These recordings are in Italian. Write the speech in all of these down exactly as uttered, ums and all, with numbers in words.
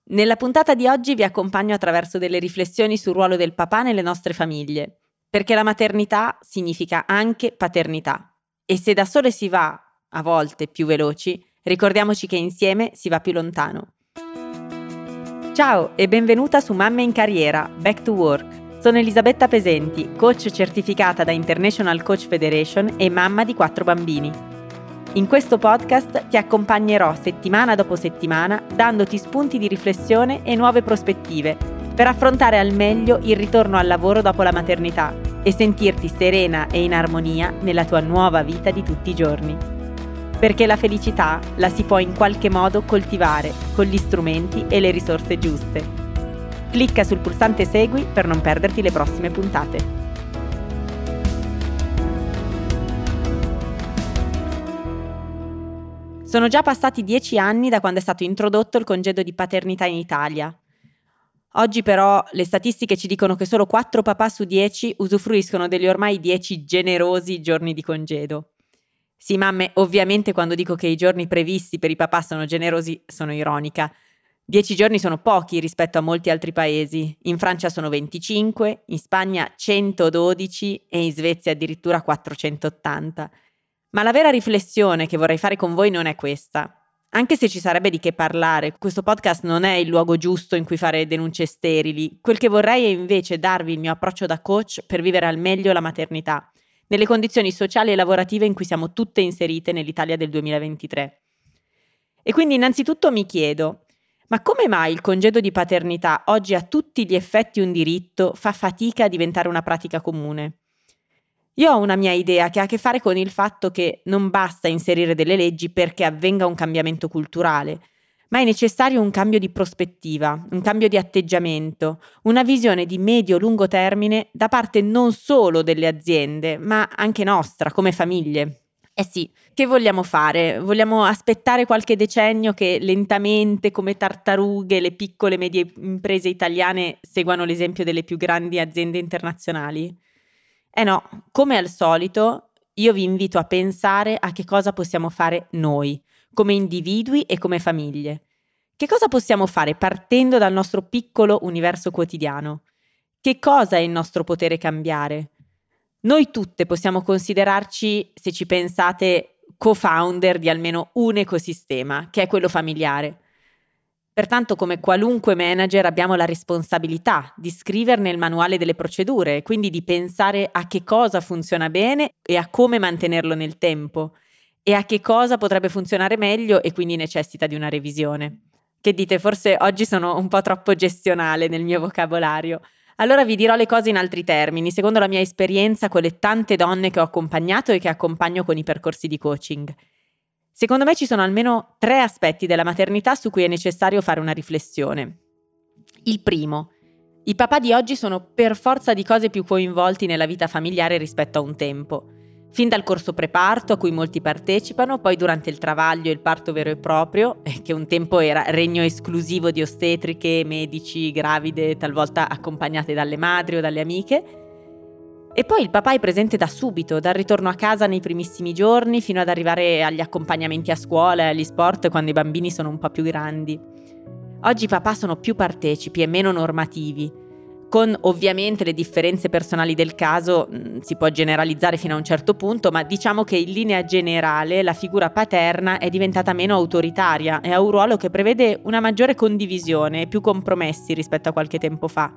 Nella puntata di oggi vi accompagno attraverso delle riflessioni sul ruolo del papà nelle nostre famiglie, perché la maternità significa anche paternità. E se da sole si va, a volte più veloci, ricordiamoci che insieme si va più lontano. Ciao e benvenuta su Mamme in Carriera, Back to Work. Sono Elisabetta Pesenti, coach certificata da International Coach Federation e mamma di quattro bambini. In questo podcast ti accompagnerò settimana dopo settimana dandoti spunti di riflessione e nuove prospettive per affrontare al meglio il ritorno al lavoro dopo la maternità e sentirti serena e in armonia nella tua nuova vita di tutti i giorni. Perché la felicità la si può in qualche modo coltivare con gli strumenti e le risorse giuste. Clicca sul pulsante Segui per non perderti le prossime puntate. Sono già passati dieci anni da quando è stato introdotto il congedo di paternità in Italia. Oggi però le statistiche ci dicono che solo quattro papà su dieci usufruiscono degli ormai dieci generosi giorni di congedo. Sì, mamme, ovviamente quando dico che i giorni previsti per i papà sono generosi sono ironica. dieci giorni sono pochi rispetto a molti altri paesi. In Francia sono venticinque, in Spagna centododici e in Svezia addirittura quattrocentottanta. Ma la vera riflessione che vorrei fare con voi non è questa. Anche se ci sarebbe di che parlare, questo podcast non è il luogo giusto in cui fare denunce sterili. Quel che vorrei è invece darvi il mio approccio da coach per vivere al meglio la maternità, nelle condizioni sociali e lavorative in cui siamo tutte inserite nell'Italia del duemilaventitré. E quindi innanzitutto mi chiedo, ma come mai il congedo di paternità, oggi a tutti gli effetti un diritto, fa fatica a diventare una pratica comune? Io ho una mia idea che ha a che fare con il fatto che non basta inserire delle leggi perché avvenga un cambiamento culturale, ma è necessario un cambio di prospettiva, un cambio di atteggiamento, una visione di medio-lungo termine da parte non solo delle aziende, ma anche nostra, come famiglie. Eh sì, che vogliamo fare? Vogliamo aspettare qualche decennio che lentamente, come tartarughe, le piccole e medie imprese italiane seguano l'esempio delle più grandi aziende internazionali? Eh no, come al solito, io vi invito a pensare a che cosa possiamo fare noi, come individui e come famiglie. Che cosa possiamo fare partendo dal nostro piccolo universo quotidiano? Che cosa è il nostro potere cambiare? Noi tutte possiamo considerarci, se ci pensate, co-founder di almeno un ecosistema, che è quello familiare. Pertanto, come qualunque manager, abbiamo la responsabilità di scriverne il manuale delle procedure, quindi di pensare a che cosa funziona bene e a come mantenerlo nel tempo, e a che cosa potrebbe funzionare meglio e quindi necessita di una revisione. Che dite, forse oggi sono un po' troppo gestionale nel mio vocabolario. Allora vi dirò le cose in altri termini, secondo la mia esperienza con le tante donne che ho accompagnato e che accompagno con i percorsi di coaching. Secondo me ci sono almeno tre aspetti della maternità su cui è necessario fare una riflessione. Il primo, i papà di oggi sono per forza di cose più coinvolti nella vita familiare rispetto a un tempo. Fin dal corso preparto a cui molti partecipano, poi durante il travaglio e il parto vero e proprio, che un tempo era regno esclusivo di ostetriche, medici, gravide, talvolta accompagnate dalle madri o dalle amiche. E poi il papà è presente da subito, dal ritorno a casa nei primissimi giorni fino ad arrivare agli accompagnamenti a scuola e agli sport quando i bambini sono un po' più grandi. Oggi i papà sono più partecipi e meno normativi. Con ovviamente le differenze personali del caso, mh, si può generalizzare fino a un certo punto, ma diciamo che in linea generale la figura paterna è diventata meno autoritaria e ha un ruolo che prevede una maggiore condivisione e più compromessi rispetto a qualche tempo fa.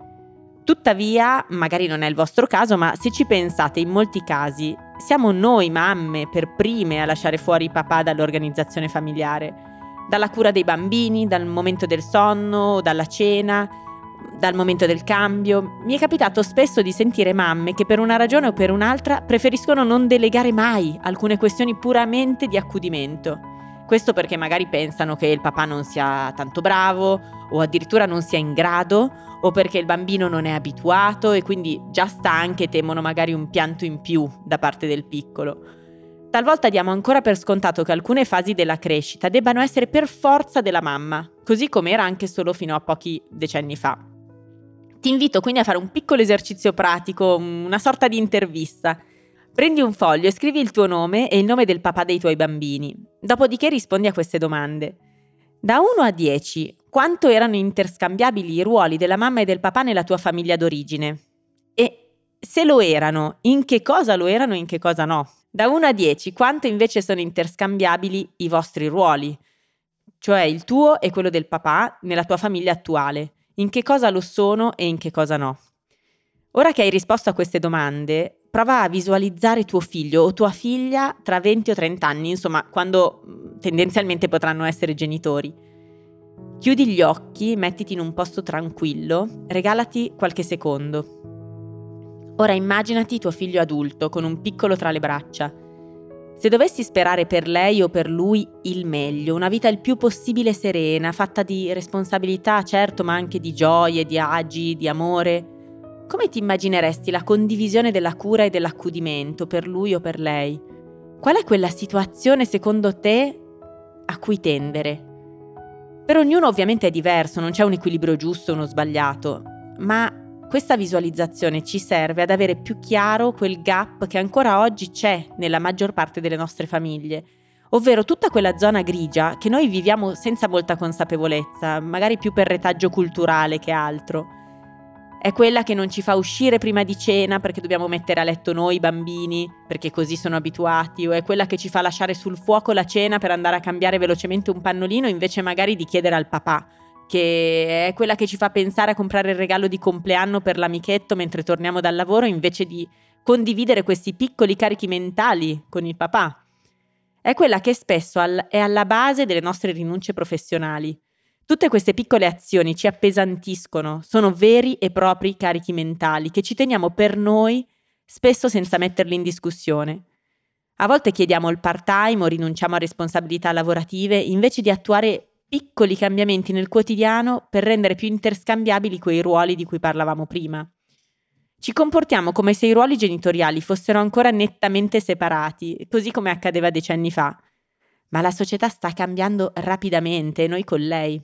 Tuttavia, magari non è il vostro caso, ma se ci pensate, in molti casi siamo noi mamme per prime a lasciare fuori i papà dall'organizzazione familiare, dalla cura dei bambini, dal momento del sonno, dalla cena, dal momento del cambio. Mi è capitato spesso di sentire mamme che per una ragione o per un'altra preferiscono non delegare mai alcune questioni puramente di accudimento. Questo perché magari pensano che il papà non sia tanto bravo o addirittura non sia in grado, o perché il bambino non è abituato e quindi già stanche temono magari un pianto in più da parte del piccolo. Talvolta diamo ancora per scontato che alcune fasi della crescita debbano essere per forza della mamma, così come era anche solo fino a pochi decenni fa. Ti invito quindi a fare un piccolo esercizio pratico, una sorta di intervista. Prendi un foglio e scrivi il tuo nome e il nome del papà dei tuoi bambini. Dopodiché rispondi a queste domande. Da uno a dieci, quanto erano interscambiabili i ruoli della mamma e del papà nella tua famiglia d'origine. E se lo erano, in che cosa lo erano e in che cosa no? Da uno a dieci, quanto invece sono interscambiabili i vostri ruoli? Cioè il tuo e quello del papà nella tua famiglia attuale. In che cosa lo sono e in che cosa no? Ora che hai risposto a queste domande, prova a visualizzare tuo figlio o tua figlia tra venti o trenta anni, insomma, quando tendenzialmente potranno essere genitori. Chiudi gli occhi, mettiti in un posto tranquillo, regalati qualche secondo. Ora immaginati tuo figlio adulto con un piccolo tra le braccia. Se dovessi sperare per lei o per lui il meglio, una vita il più possibile serena, fatta di responsabilità, certo, ma anche di gioie, di agi, di amore, come ti immagineresti la condivisione della cura e dell'accudimento per lui o per lei? Qual è quella situazione secondo te a cui tendere? Per ognuno ovviamente è diverso, non c'è un equilibrio giusto o uno sbagliato, ma questa visualizzazione ci serve ad avere più chiaro quel gap che ancora oggi c'è nella maggior parte delle nostre famiglie, ovvero tutta quella zona grigia che noi viviamo senza molta consapevolezza, magari più per retaggio culturale che altro. È quella che non ci fa uscire prima di cena perché dobbiamo mettere a letto noi bambini, perché così sono abituati, o è quella che ci fa lasciare sul fuoco la cena per andare a cambiare velocemente un pannolino invece magari di chiedere al papà, che è quella che ci fa pensare a comprare il regalo di compleanno per l'amichetto mentre torniamo dal lavoro invece di condividere questi piccoli carichi mentali con il papà. È quella che spesso è alla base delle nostre rinunce professionali. Tutte queste piccole azioni ci appesantiscono, sono veri e propri carichi mentali che ci teniamo per noi, spesso senza metterli in discussione. A volte chiediamo il part-time o rinunciamo a responsabilità lavorative invece di attuare piccoli cambiamenti nel quotidiano per rendere più interscambiabili quei ruoli di cui parlavamo prima. Ci comportiamo come se i ruoli genitoriali fossero ancora nettamente separati, così come accadeva decenni fa. Ma la società sta cambiando rapidamente e noi con lei.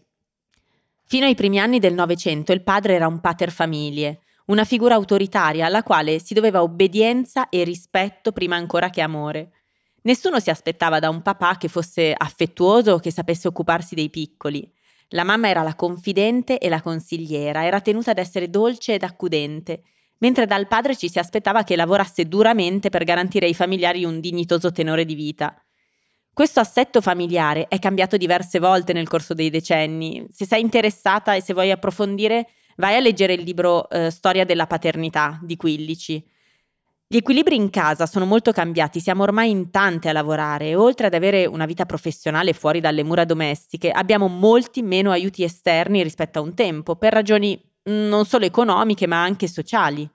Fino ai primi anni del Novecento il padre era un pater familiae, una figura autoritaria alla quale si doveva obbedienza e rispetto prima ancora che amore. Nessuno si aspettava da un papà che fosse affettuoso o che sapesse occuparsi dei piccoli. La mamma era la confidente e la consigliera, era tenuta ad essere dolce ed accudente, mentre dal padre ci si aspettava che lavorasse duramente per garantire ai familiari un dignitoso tenore di vita. Questo assetto familiare è cambiato diverse volte nel corso dei decenni. Se sei interessata e se vuoi approfondire, vai a leggere il libro eh, Storia della paternità di Quillici. Gli equilibri in casa sono molto cambiati, siamo ormai in tante a lavorare e oltre ad avere una vita professionale fuori dalle mura domestiche, abbiamo molti meno aiuti esterni rispetto a un tempo, per ragioni non solo economiche ma anche sociali.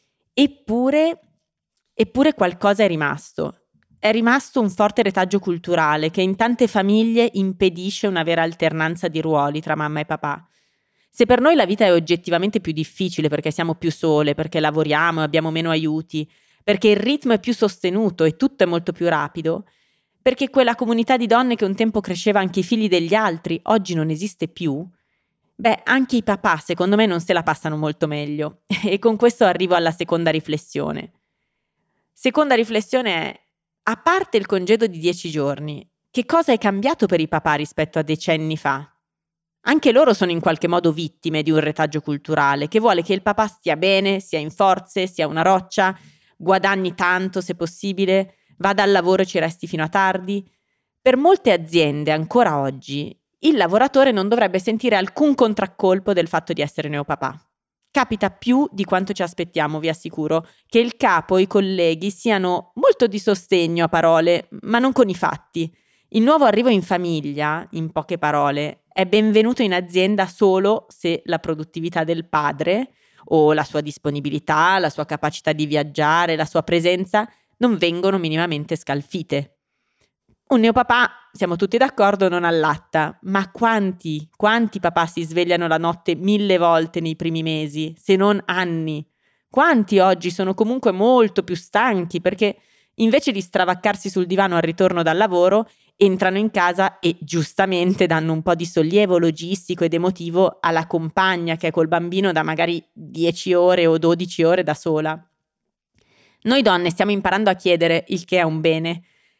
Eppure, eppure qualcosa è rimasto. È rimasto un forte retaggio culturale che in tante famiglie impedisce una vera alternanza di ruoli tra mamma e papà. Se per noi la vita è oggettivamente più difficile perché siamo più sole, perché lavoriamo e abbiamo meno aiuti, perché il ritmo è più sostenuto e tutto è molto più rapido, perché quella comunità di donne che un tempo cresceva anche i figli degli altri oggi non esiste più, beh, anche i papà secondo me non se la passano molto meglio. E con questo arrivo alla seconda riflessione. Seconda riflessione è: a parte il congedo di dieci giorni, che cosa è cambiato per i papà rispetto a decenni fa? Anche loro sono in qualche modo vittime di un retaggio culturale che vuole che il papà stia bene, sia in forze, sia una roccia, guadagni tanto se possibile, vada al lavoro e ci resti fino a tardi. Per molte aziende ancora oggi il lavoratore non dovrebbe sentire alcun contraccolpo del fatto di essere neopapà. Capita più di quanto ci aspettiamo, vi assicuro, che il capo e i colleghi siano molto di sostegno a parole, ma non con i fatti. Il nuovo arrivo in famiglia, in poche parole, è benvenuto in azienda solo se la produttività del padre o la sua disponibilità, la sua capacità di viaggiare, la sua presenza non vengono minimamente scalfite. Un neopapà, siamo tutti d'accordo, non allatta, ma quanti, quanti papà si svegliano la notte mille volte nei primi mesi, se non anni? Quanti oggi sono comunque molto più stanchi perché invece di stravaccarsi sul divano al ritorno dal lavoro, entrano in casa e giustamente danno un po' di sollievo logistico ed emotivo alla compagna che è col bambino da magari dieci ore o dodici ore da sola. Noi donne stiamo imparando a chiedere, il che è un bene: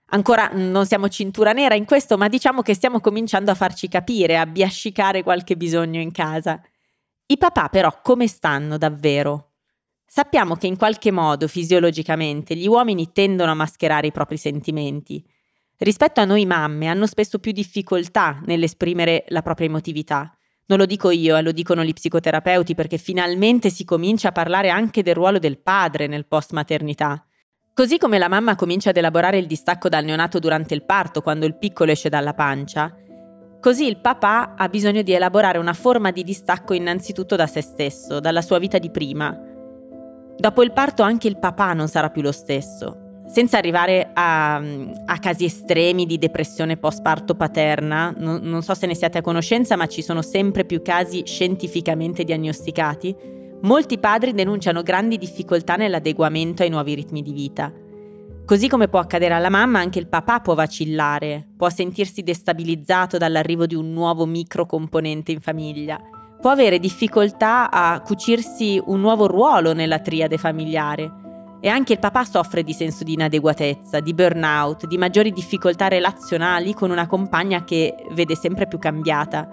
Ancora non siamo cintura nera in questo, ma diciamo che stiamo cominciando a farci capire, a biascicare qualche bisogno in casa. I papà però come stanno davvero? Sappiamo che in qualche modo, fisiologicamente, gli uomini tendono a mascherare i propri sentimenti. Rispetto a noi mamme hanno spesso più difficoltà nell'esprimere la propria emotività. Non lo dico io, eh, lo dicono gli psicoterapeuti, perché finalmente si comincia a parlare anche del ruolo del padre nel post-maternità. Così come la mamma comincia ad elaborare il distacco dal neonato durante il parto, quando il piccolo esce dalla pancia, così il papà ha bisogno di elaborare una forma di distacco innanzitutto da se stesso, dalla sua vita di prima. Dopo il parto anche il papà non sarà più lo stesso. Senza arrivare a, a casi estremi di depressione post-parto paterna, non, non so se ne siate a conoscenza, ma ci sono sempre più casi scientificamente diagnosticati. Molti padri denunciano grandi difficoltà nell'adeguamento ai nuovi ritmi di vita. Così come può accadere alla mamma, anche il papà può vacillare, può sentirsi destabilizzato dall'arrivo di un nuovo microcomponente in famiglia, può avere difficoltà a cucirsi un nuovo ruolo nella triade familiare. E anche il papà soffre di senso di inadeguatezza, di burnout, di maggiori difficoltà relazionali con una compagna che vede sempre più cambiata.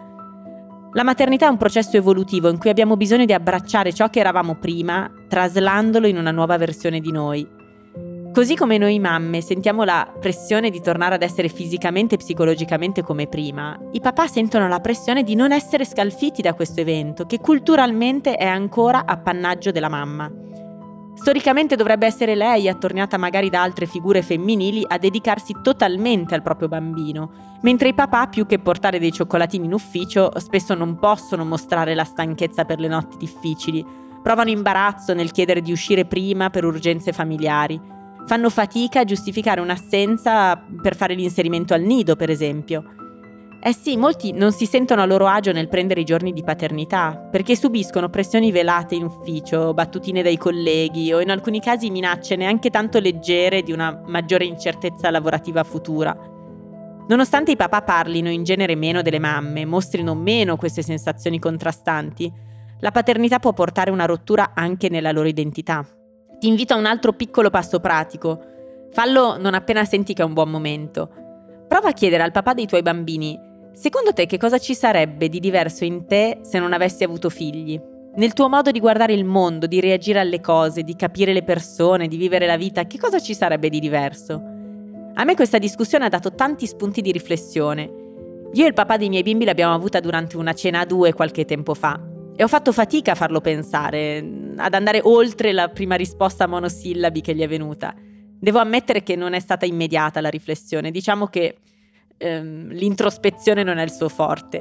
La maternità è un processo evolutivo in cui abbiamo bisogno di abbracciare ciò che eravamo prima, traslandolo in una nuova versione di noi. Così come noi mamme sentiamo la pressione di tornare ad essere fisicamente e psicologicamente come prima, i papà sentono la pressione di non essere scalfiti da questo evento, che culturalmente è ancora appannaggio della mamma. Storicamente dovrebbe essere lei, attorniata magari da altre figure femminili, a dedicarsi totalmente al proprio bambino, mentre i papà, più che portare dei cioccolatini in ufficio, spesso non possono mostrare la stanchezza per le notti difficili, provano imbarazzo nel chiedere di uscire prima per urgenze familiari, fanno fatica a giustificare un'assenza per fare l'inserimento al nido, per esempio. Eh sì, molti non si sentono a loro agio nel prendere i giorni di paternità, perché subiscono pressioni velate in ufficio, battutine dai colleghi o in alcuni casi minacce neanche tanto leggere di una maggiore incertezza lavorativa futura. Nonostante i papà parlino in genere meno delle mamme, mostrino meno queste sensazioni contrastanti, la paternità può portare una rottura anche nella loro identità. Ti invito a un altro piccolo passo pratico. Fallo non appena senti che è un buon momento. Prova a chiedere al papà dei tuoi bambini: secondo te che cosa ci sarebbe di diverso in te se non avessi avuto figli? Nel tuo modo di guardare il mondo, di reagire alle cose, di capire le persone, di vivere la vita, che cosa ci sarebbe di diverso? A me questa discussione ha dato tanti spunti di riflessione. Io e il papà dei miei bimbi l'abbiamo avuta durante una cena a due qualche tempo fa e ho fatto fatica a farlo pensare, ad andare oltre la prima risposta a monosillabi che gli è venuta. Devo ammettere che non è stata immediata la riflessione, diciamo che ehm, l'introspezione non è il suo forte.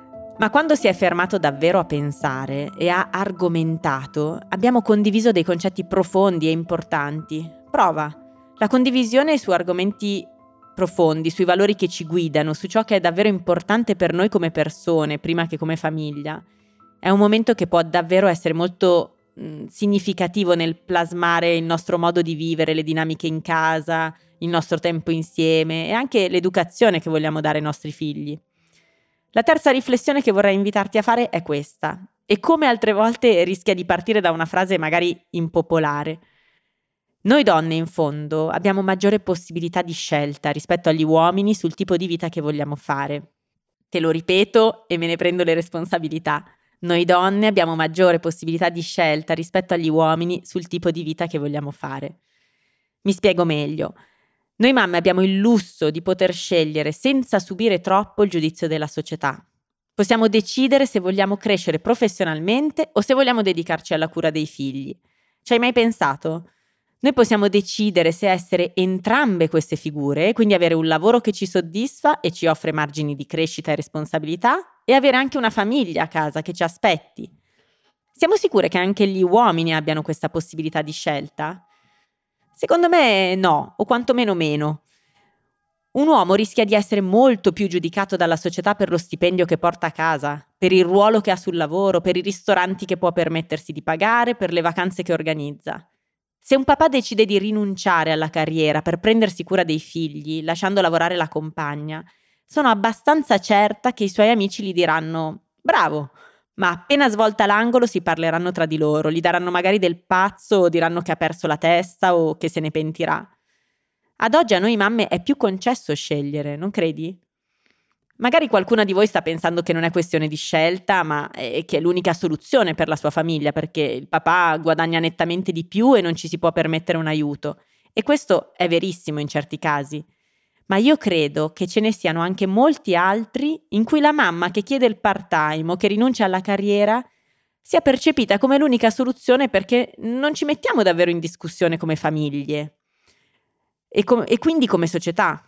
Ma quando si è fermato davvero a pensare e ha argomentato, abbiamo condiviso dei concetti profondi e importanti. Prova. La condivisione su argomenti profondi, sui valori che ci guidano, su ciò che è davvero importante per noi come persone, prima che come famiglia, è un momento che può davvero essere molto mh, significativo nel plasmare il nostro modo di vivere, le dinamiche in casa, il nostro tempo insieme e anche l'educazione che vogliamo dare ai nostri figli. La terza riflessione che vorrei invitarti a fare è questa, e come altre volte rischia di partire da una frase magari impopolare. Noi donne, in fondo, abbiamo maggiore possibilità di scelta rispetto agli uomini sul tipo di vita che vogliamo fare. Te lo ripeto e me ne prendo le responsabilità. Noi donne abbiamo maggiore possibilità di scelta rispetto agli uomini sul tipo di vita che vogliamo fare. Mi spiego meglio. Noi mamme abbiamo il lusso di poter scegliere senza subire troppo il giudizio della società. Possiamo decidere se vogliamo crescere professionalmente o se vogliamo dedicarci alla cura dei figli. Ci hai mai pensato? Noi possiamo decidere se essere entrambe queste figure, quindi avere un lavoro che ci soddisfa e ci offre margini di crescita e responsabilità, e avere anche una famiglia a casa che ci aspetti. Siamo sicure che anche gli uomini abbiano questa possibilità di scelta? Secondo me no, o quantomeno meno. Un uomo rischia di essere molto più giudicato dalla società per lo stipendio che porta a casa, per il ruolo che ha sul lavoro, per i ristoranti che può permettersi di pagare, per le vacanze che organizza. Se un papà decide di rinunciare alla carriera per prendersi cura dei figli, lasciando lavorare la compagna, sono abbastanza certa che i suoi amici gli diranno «bravo», ma appena svolta l'angolo si parleranno tra di loro, gli daranno magari del pazzo o diranno che ha perso la testa o che se ne pentirà. Ad oggi a noi mamme è più concesso scegliere, non credi? Magari qualcuna di voi sta pensando che non è questione di scelta, ma è che è l'unica soluzione per la sua famiglia, perché il papà guadagna nettamente di più e non ci si può permettere un aiuto. E questo è verissimo in certi casi. Ma io credo che ce ne siano anche molti altri in cui la mamma che chiede il part-time o che rinuncia alla carriera sia percepita come l'unica soluzione perché non ci mettiamo davvero in discussione come famiglie e, com- e quindi come società.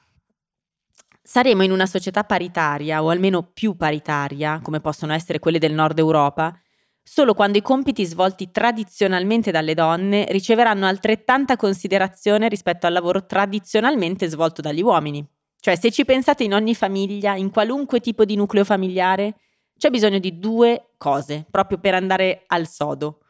Saremo in una società paritaria o almeno più paritaria, come possono essere quelle del Nord Europa, solo quando i compiti svolti tradizionalmente dalle donne riceveranno altrettanta considerazione rispetto al lavoro tradizionalmente svolto dagli uomini. Cioè, se ci pensate, in ogni famiglia, in qualunque tipo di nucleo familiare, c'è bisogno di due cose, proprio per andare al sodo.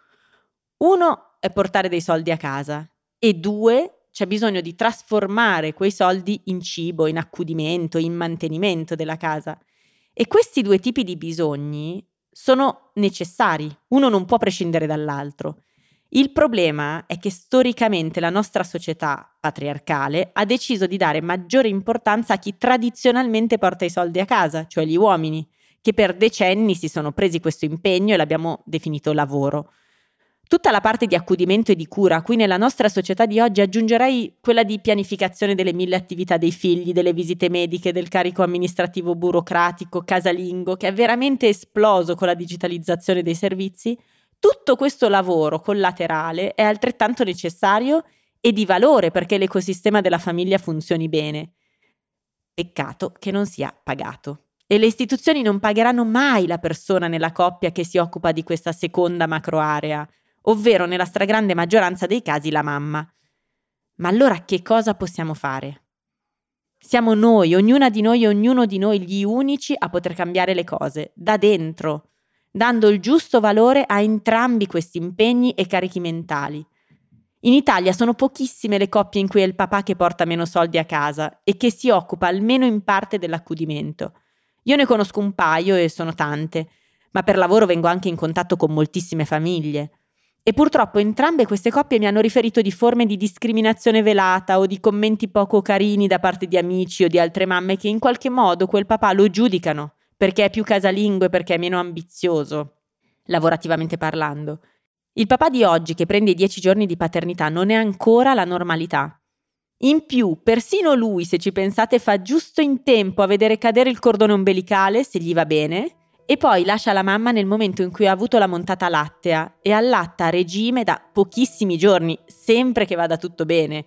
Uno è portare dei soldi a casa e due c'è bisogno di trasformare quei soldi in cibo, in accudimento, in mantenimento della casa. E questi due tipi di bisogni sono necessari, uno non può prescindere dall'altro. Il problema è che storicamente la nostra società patriarcale ha deciso di dare maggiore importanza a chi tradizionalmente porta i soldi a casa, cioè gli uomini, che per decenni si sono presi questo impegno e l'abbiamo definito lavoro. Tutta la parte di accudimento e di cura, a cui nella nostra società di oggi aggiungerei quella di pianificazione delle mille attività dei figli, delle visite mediche, del carico amministrativo burocratico, casalingo, che è veramente esploso con la digitalizzazione dei servizi, tutto questo lavoro collaterale è altrettanto necessario e di valore perché l'ecosistema della famiglia funzioni bene. Peccato che non sia pagato. E le istituzioni non pagheranno mai la persona nella coppia che si occupa di questa seconda macroarea, ovvero nella stragrande maggioranza dei casi la mamma. Ma allora che cosa possiamo fare? Siamo noi, ognuna di noi e ognuno di noi gli unici a poter cambiare le cose, da dentro, dando il giusto valore a entrambi questi impegni e carichi mentali. In Italia sono pochissime le coppie in cui è il papà che porta meno soldi a casa e che si occupa almeno in parte dell'accudimento. Io ne conosco un paio e sono tante, ma per lavoro vengo anche in contatto con moltissime famiglie. E purtroppo entrambe queste coppie mi hanno riferito di forme di discriminazione velata o di commenti poco carini da parte di amici o di altre mamme che in qualche modo quel papà lo giudicano perché è più casalingo e perché è meno ambizioso, lavorativamente parlando. Il papà di oggi che prende i dieci giorni di paternità non è ancora la normalità. In più, persino lui, se ci pensate, fa giusto in tempo a vedere cadere il cordone ombelicale, se gli va bene, e poi lascia la mamma nel momento in cui ha avuto la montata lattea e allatta a regime da pochissimi giorni, sempre che vada tutto bene.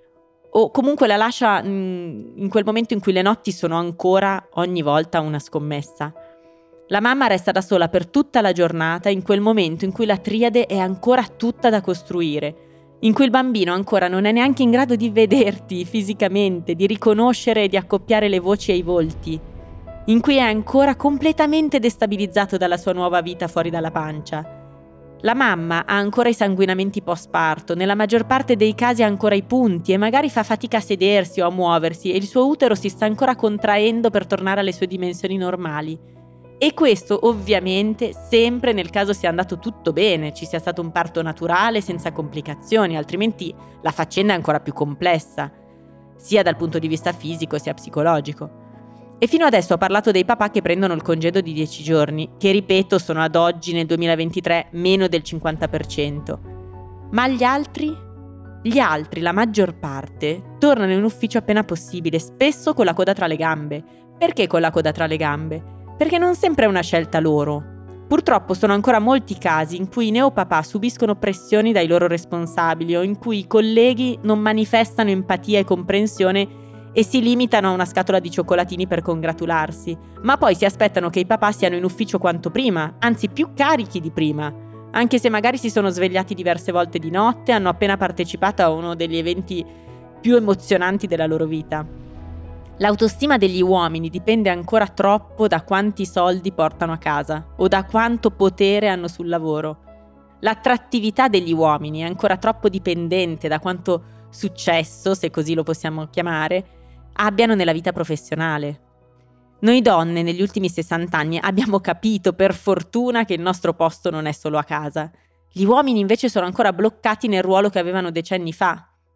O comunque la lascia mh, in quel momento in cui le notti sono ancora ogni volta una scommessa. La mamma resta da sola per tutta la giornata in quel momento in cui la triade è ancora tutta da costruire, in cui il bambino ancora non è neanche in grado di vederti fisicamente, di riconoscere e di accoppiare le voci ai volti, in cui è ancora completamente destabilizzato dalla sua nuova vita fuori dalla pancia. La mamma ha ancora i sanguinamenti post-parto, nella maggior parte dei casi ha ancora i punti e magari fa fatica a sedersi o a muoversi e il suo utero si sta ancora contraendo per tornare alle sue dimensioni normali. E questo ovviamente sempre nel caso sia andato tutto bene, ci sia stato un parto naturale senza complicazioni, altrimenti la faccenda è ancora più complessa, sia dal punto di vista fisico sia psicologico. E fino adesso ho parlato dei papà che prendono il congedo di dieci giorni, che ripeto sono ad oggi nel duemilaventitré meno del cinquanta per cento. Ma gli altri? Gli altri, la maggior parte, tornano in ufficio appena possibile, spesso con la coda tra le gambe. Perché con la coda tra le gambe? Perché non sempre è una scelta loro. Purtroppo sono ancora molti casi in cui i neopapà subiscono pressioni dai loro responsabili o in cui i colleghi non manifestano empatia e comprensione e si limitano a una scatola di cioccolatini per congratularsi, ma poi si aspettano che i papà siano in ufficio quanto prima, anzi più carichi di prima, anche se magari si sono svegliati diverse volte di notte, hanno appena partecipato a uno degli eventi più emozionanti della loro vita. L'autostima degli uomini dipende ancora troppo da quanti soldi portano a casa o da quanto potere hanno sul lavoro. L'attrattività degli uomini è ancora troppo dipendente da quanto successo, se così lo possiamo chiamare, abbiano nella vita professionale. Noi donne negli ultimi sessanta anni abbiamo capito per fortuna che il nostro posto non è solo a casa. Gli uomini invece sono ancora bloccati nel ruolo che avevano decenni fa.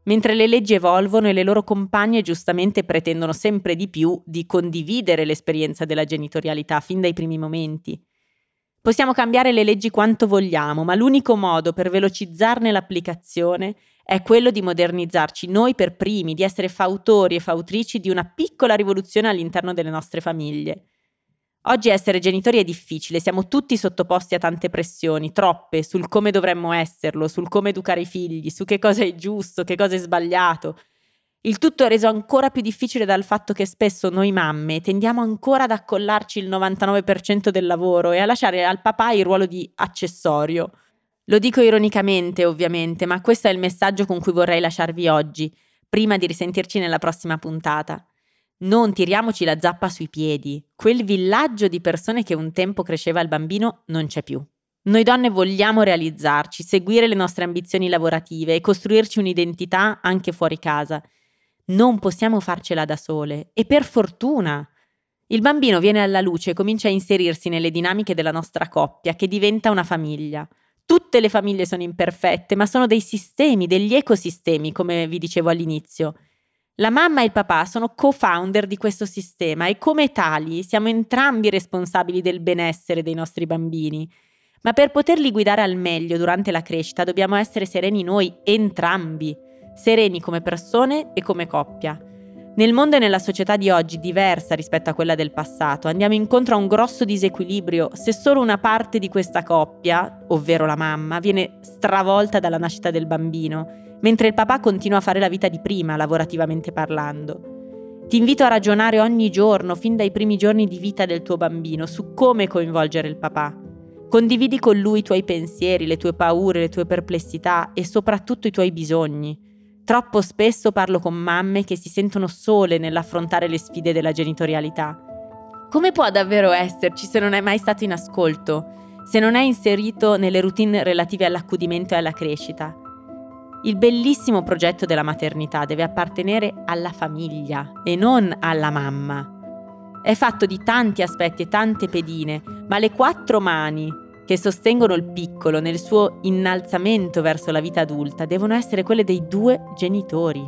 mentre le leggi evolvono e le loro compagne giustamente pretendono sempre di più di condividere l'esperienza della genitorialità fin dai primi momenti. Possiamo cambiare le leggi quanto vogliamo, ma l'unico modo per velocizzarne l'applicazione è quello di modernizzarci noi per primi, di essere fautori e fautrici di una piccola rivoluzione all'interno delle nostre famiglie. Oggi essere genitori è difficile, siamo tutti sottoposti a tante pressioni, troppe, sul come dovremmo esserlo, sul come educare i figli, su che cosa è giusto, che cosa è sbagliato. Il tutto è reso ancora più difficile dal fatto che spesso noi mamme tendiamo ancora ad accollarci il novantanove per cento del lavoro e a lasciare al papà il ruolo di accessorio. Lo dico ironicamente, ovviamente, ma questo è il messaggio con cui vorrei lasciarvi oggi, prima di risentirci nella prossima puntata. Non tiriamoci la zappa sui piedi. Quel villaggio di persone che un tempo cresceva il bambino non c'è più. Noi donne vogliamo realizzarci, seguire le nostre ambizioni lavorative e costruirci un'identità anche fuori casa. Non possiamo farcela da sole. E per fortuna! Il bambino viene alla luce e comincia a inserirsi nelle dinamiche della nostra coppia, che diventa una famiglia. Tutte le famiglie sono imperfette, ma sono dei sistemi, degli ecosistemi, come vi dicevo all'inizio. La mamma e il papà sono co-founder di questo sistema e come tali siamo entrambi responsabili del benessere dei nostri bambini. Ma per poterli guidare al meglio durante la crescita dobbiamo essere sereni noi entrambi, sereni come persone e come coppia. Nel mondo e nella società di oggi, diversa rispetto a quella del passato, andiamo incontro a un grosso disequilibrio se solo una parte di questa coppia, ovvero la mamma, viene stravolta dalla nascita del bambino, mentre il papà continua a fare la vita di prima, lavorativamente parlando. Ti invito a ragionare ogni giorno, fin dai primi giorni di vita del tuo bambino, su come coinvolgere il papà. Condividi con lui i tuoi pensieri, le tue paure, le tue perplessità e soprattutto i tuoi bisogni. Troppo spesso parlo con mamme che si sentono sole nell'affrontare le sfide della genitorialità. Come può davvero esserci se non è mai stato in ascolto, se non è inserito nelle routine relative all'accudimento e alla crescita? Il bellissimo progetto della maternità deve appartenere alla famiglia e non alla mamma. È fatto di tanti aspetti e tante pedine, ma le quattro mani che sostengono il piccolo nel suo innalzamento verso la vita adulta devono essere quelle dei due genitori.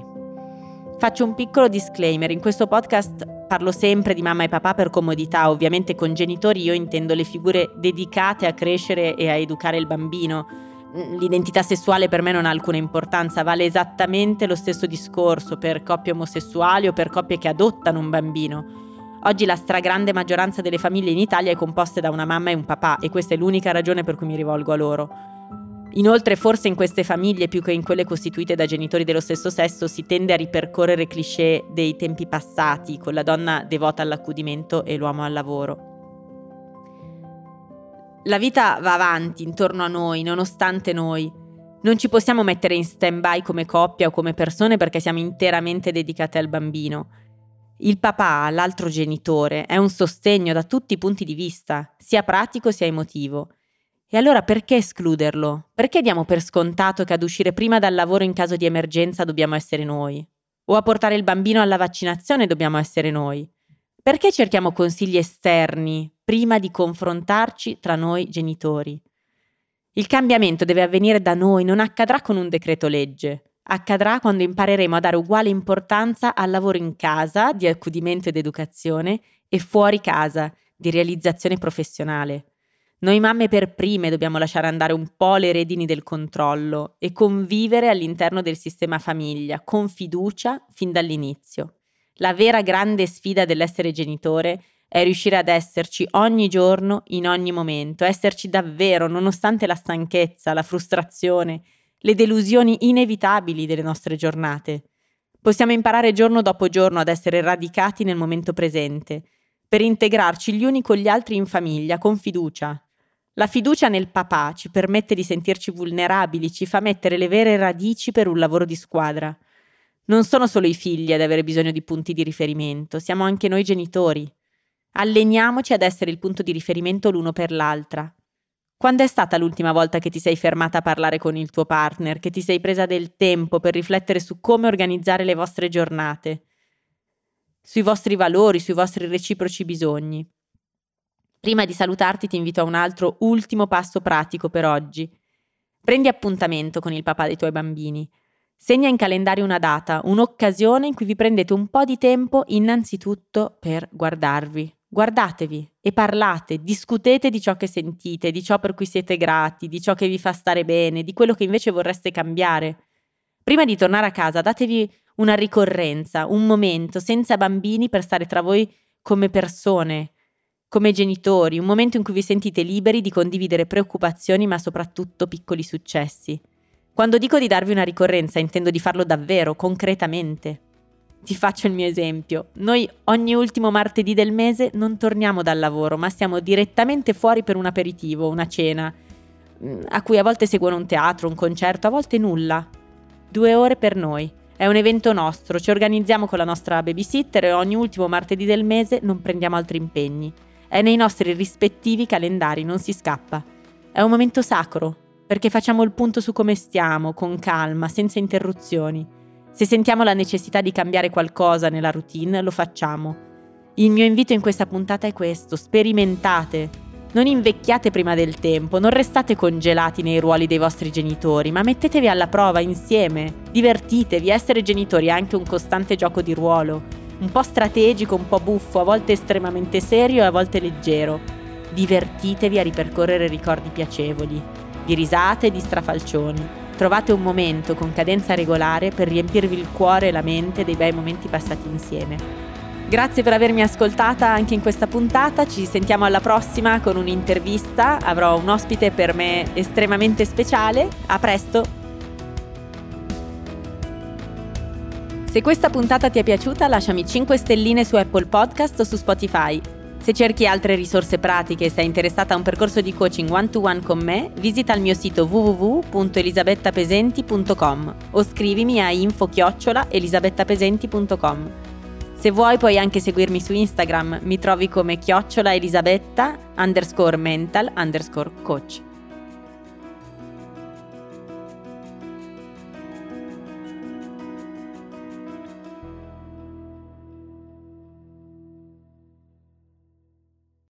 Faccio un piccolo disclaimer, in questo podcast parlo sempre di mamma e papà per comodità, ovviamente con genitori io intendo le figure dedicate a crescere e a educare il bambino. L'identità sessuale per me non ha alcuna importanza, vale esattamente lo stesso discorso per coppie omosessuali o per coppie che adottano un bambino. Oggi la stragrande maggioranza delle famiglie in Italia è composta da una mamma e un papà e questa è l'unica ragione per cui mi rivolgo a loro. Inoltre, forse in queste famiglie, più che in quelle costituite da genitori dello stesso sesso, si tende a ripercorrere cliché dei tempi passati, con la donna devota all'accudimento e l'uomo al lavoro. La vita va avanti intorno a noi, nonostante noi. Non ci possiamo mettere in stand-by come coppia o come persone perché siamo interamente dedicate al bambino. Il papà, l'altro genitore, è un sostegno da tutti i punti di vista, sia pratico sia emotivo. E allora perché escluderlo? Perché diamo per scontato che ad uscire prima dal lavoro in caso di emergenza dobbiamo essere noi? O a portare il bambino alla vaccinazione dobbiamo essere noi? Perché cerchiamo consigli esterni prima di confrontarci tra noi genitori? Il cambiamento deve avvenire da noi, non accadrà con un decreto legge. Accadrà quando impareremo a dare uguale importanza al lavoro in casa, di accudimento ed educazione, e fuori casa, di realizzazione professionale. Noi mamme per prime dobbiamo lasciare andare un po' le redini del controllo e convivere all'interno del sistema famiglia, con fiducia fin dall'inizio. La vera grande sfida dell'essere genitore è riuscire ad esserci ogni giorno, in ogni momento, esserci davvero, nonostante la stanchezza, la frustrazione, le delusioni inevitabili delle nostre giornate. Possiamo imparare giorno dopo giorno ad essere radicati nel momento presente, per integrarci gli uni con gli altri in famiglia, con fiducia. La fiducia nel papà ci permette di sentirci vulnerabili, ci fa mettere le vere radici per un lavoro di squadra. Non sono solo i figli ad avere bisogno di punti di riferimento, siamo anche noi genitori. Alleniamoci ad essere il punto di riferimento l'uno per l'altra. Quando è stata l'ultima volta che ti sei fermata a parlare con il tuo partner, che ti sei presa del tempo per riflettere su come organizzare le vostre giornate, sui vostri valori, sui vostri reciproci bisogni? Prima di salutarti ti invito a un altro ultimo passo pratico per oggi. Prendi appuntamento con il papà dei tuoi bambini. Segna in calendario una data, un'occasione in cui vi prendete un po' di tempo innanzitutto per guardarvi. Guardatevi e parlate, discutete di ciò che sentite, di ciò per cui siete grati, di ciò che vi fa stare bene, di quello che invece vorreste cambiare. Prima di tornare a casa datevi una ricorrenza, un momento senza bambini per stare tra voi come persone, come genitori, un momento in cui vi sentite liberi di condividere preoccupazioni ma soprattutto piccoli successi. Quando dico di darvi una ricorrenza intendo di farlo davvero, concretamente. Ti faccio il mio esempio. Noi ogni ultimo martedì del mese non torniamo dal lavoro, ma stiamo direttamente fuori per un aperitivo, una cena, a cui a volte seguono un teatro, un concerto, a volte nulla. Due ore per noi. È un evento nostro, ci organizziamo con la nostra babysitter e ogni ultimo martedì del mese non prendiamo altri impegni. È nei nostri rispettivi calendari, non si scappa. È un momento sacro, perché facciamo il punto su come stiamo, con calma, senza interruzioni. Se sentiamo la necessità di cambiare qualcosa nella routine, lo facciamo. Il mio invito in questa puntata è questo: sperimentate. Non invecchiate prima del tempo, non restate congelati nei ruoli dei vostri genitori, ma mettetevi alla prova insieme. Divertitevi, essere genitori è anche un costante gioco di ruolo, un po' strategico, un po' buffo, a volte estremamente serio e a volte leggero. Divertitevi a ripercorrere ricordi piacevoli, di risate e di strafalcioni. Trovate un momento con cadenza regolare per riempirvi il cuore e la mente dei bei momenti passati insieme. Grazie per avermi ascoltata anche in questa puntata, ci sentiamo alla prossima con un'intervista, avrò un ospite per me estremamente speciale, a presto! Se questa puntata ti è piaciuta lasciami cinque stelline su Apple Podcast o su Spotify. Se cerchi altre risorse pratiche e sei interessata a un percorso di coaching one-to-one con me, visita il mio sito w w w punto elisabettapesenti punto com o scrivimi a info chiocciola elisabettapesenti punto com. Se vuoi puoi anche seguirmi su Instagram, mi trovi come chiocciola elisabetta underscore mental underscore coach.